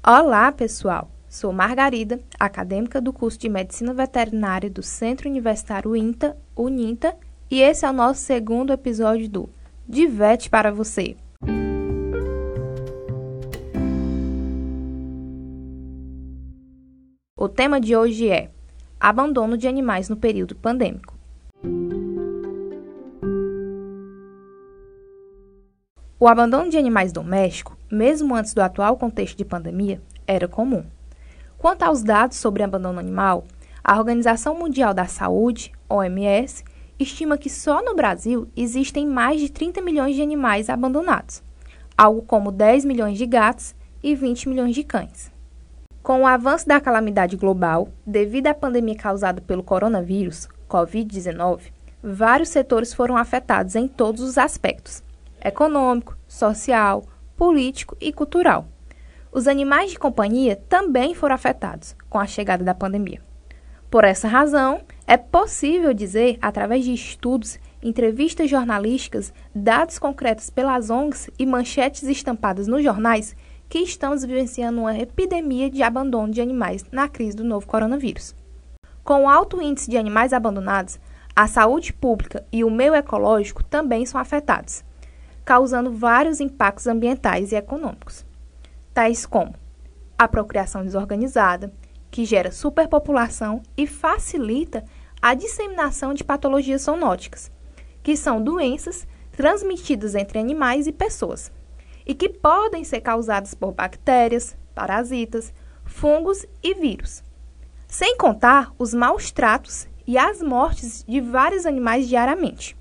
Olá, pessoal! Sou Margarida, acadêmica do curso de Medicina Veterinária do Centro Universitário INTA, Uninta, e esse é o nosso segundo episódio do De Vet para você. O tema de hoje é abandono de animais no período pandêmico. O abandono de animais domésticos, mesmo antes do atual contexto de pandemia, era comum. Quanto aos dados sobre abandono animal, a Organização Mundial da Saúde, OMS, estima que só no Brasil existem mais de 30 milhões de animais abandonados, algo como 10 milhões de gatos e 20 milhões de cães. Com o avanço da calamidade global, devido à pandemia causada pelo coronavírus, Covid-19, vários setores foram afetados em todos os aspectos: econômico, social, político e cultural. Os animais de companhia também foram afetados com a chegada da pandemia. Por essa razão, é possível dizer, através de estudos, entrevistas jornalísticas, dados concretos pelas ONGs e manchetes estampadas nos jornais, que estamos vivenciando uma epidemia de abandono de animais na crise do novo coronavírus. Com o alto índice de animais abandonados, a saúde pública e o meio ecológico também são afetados, causando vários impactos ambientais e econômicos, tais como a procriação desorganizada, que gera superpopulação e facilita a disseminação de patologias zoonóticas, que são doenças transmitidas entre animais e pessoas, e que podem ser causadas por bactérias, parasitas, fungos e vírus, sem contar os maus tratos e as mortes de vários animais diariamente.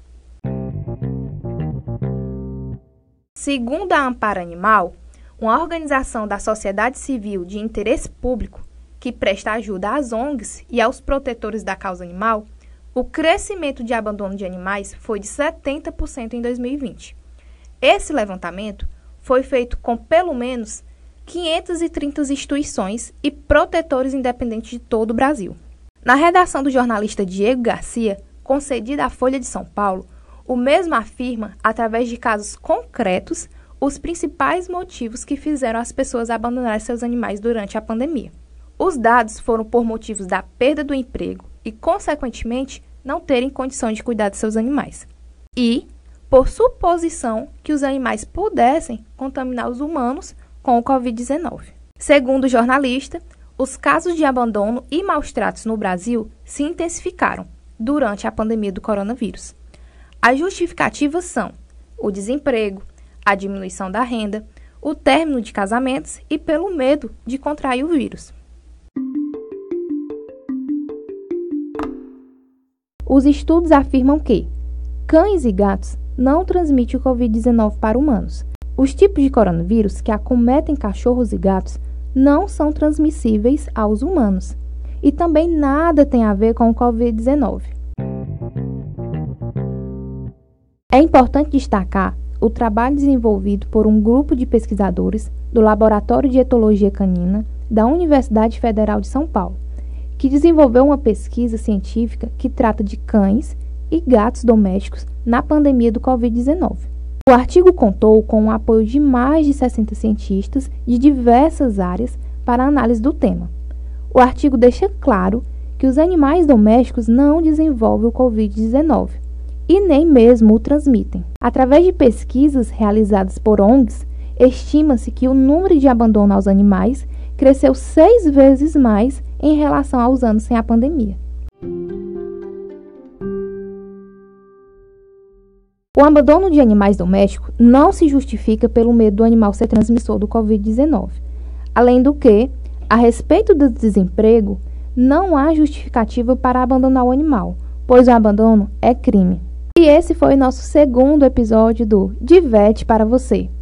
Segundo a Amparo Animal, uma organização da sociedade civil de interesse público que presta ajuda às ONGs e aos protetores da causa animal, o crescimento de abandono de animais foi de 70% em 2020. Esse levantamento foi feito com pelo menos 530 instituições e protetores independentes de todo o Brasil. Na redação do jornalista Diego Garcia, concedida à Folha de São Paulo, o mesmo afirma, através de casos concretos, os principais motivos que fizeram as pessoas abandonarem seus animais durante a pandemia. Os dados foram por motivos da perda do emprego e, consequentemente, não terem condições de cuidar de seus animais. E por suposição que os animais pudessem contaminar os humanos com o Covid-19. Segundo o jornalista, os casos de abandono e maus-tratos no Brasil se intensificaram durante a pandemia do coronavírus. As justificativas são o desemprego, a diminuição da renda, o término de casamentos e pelo medo de contrair o vírus. Os estudos afirmam que cães e gatos não transmitem o Covid-19 para humanos. Os tipos de coronavírus que acometem cachorros e gatos não são transmissíveis aos humanos e também nada tem a ver com o Covid-19. É importante destacar o trabalho desenvolvido por um grupo de pesquisadores do Laboratório de Etologia Canina da Universidade Federal de São Paulo, que desenvolveu uma pesquisa científica que trata de cães e gatos domésticos na pandemia do Covid-19. O artigo contou com o apoio de mais de 60 cientistas de diversas áreas para a análise do tema. O artigo deixa claro que os animais domésticos não desenvolvem o Covid-19 e nem mesmo o transmitem. Através de pesquisas realizadas por ONGs, estima-se que o número de abandono aos animais cresceu 6 vezes mais em relação aos anos sem a pandemia. O abandono de animais domésticos não se justifica pelo medo do animal ser transmissor do Covid-19. Além do que, a respeito do desemprego, não há justificativa para abandonar o animal, pois o abandono é crime. E esse foi o nosso segundo episódio do De Vet para você.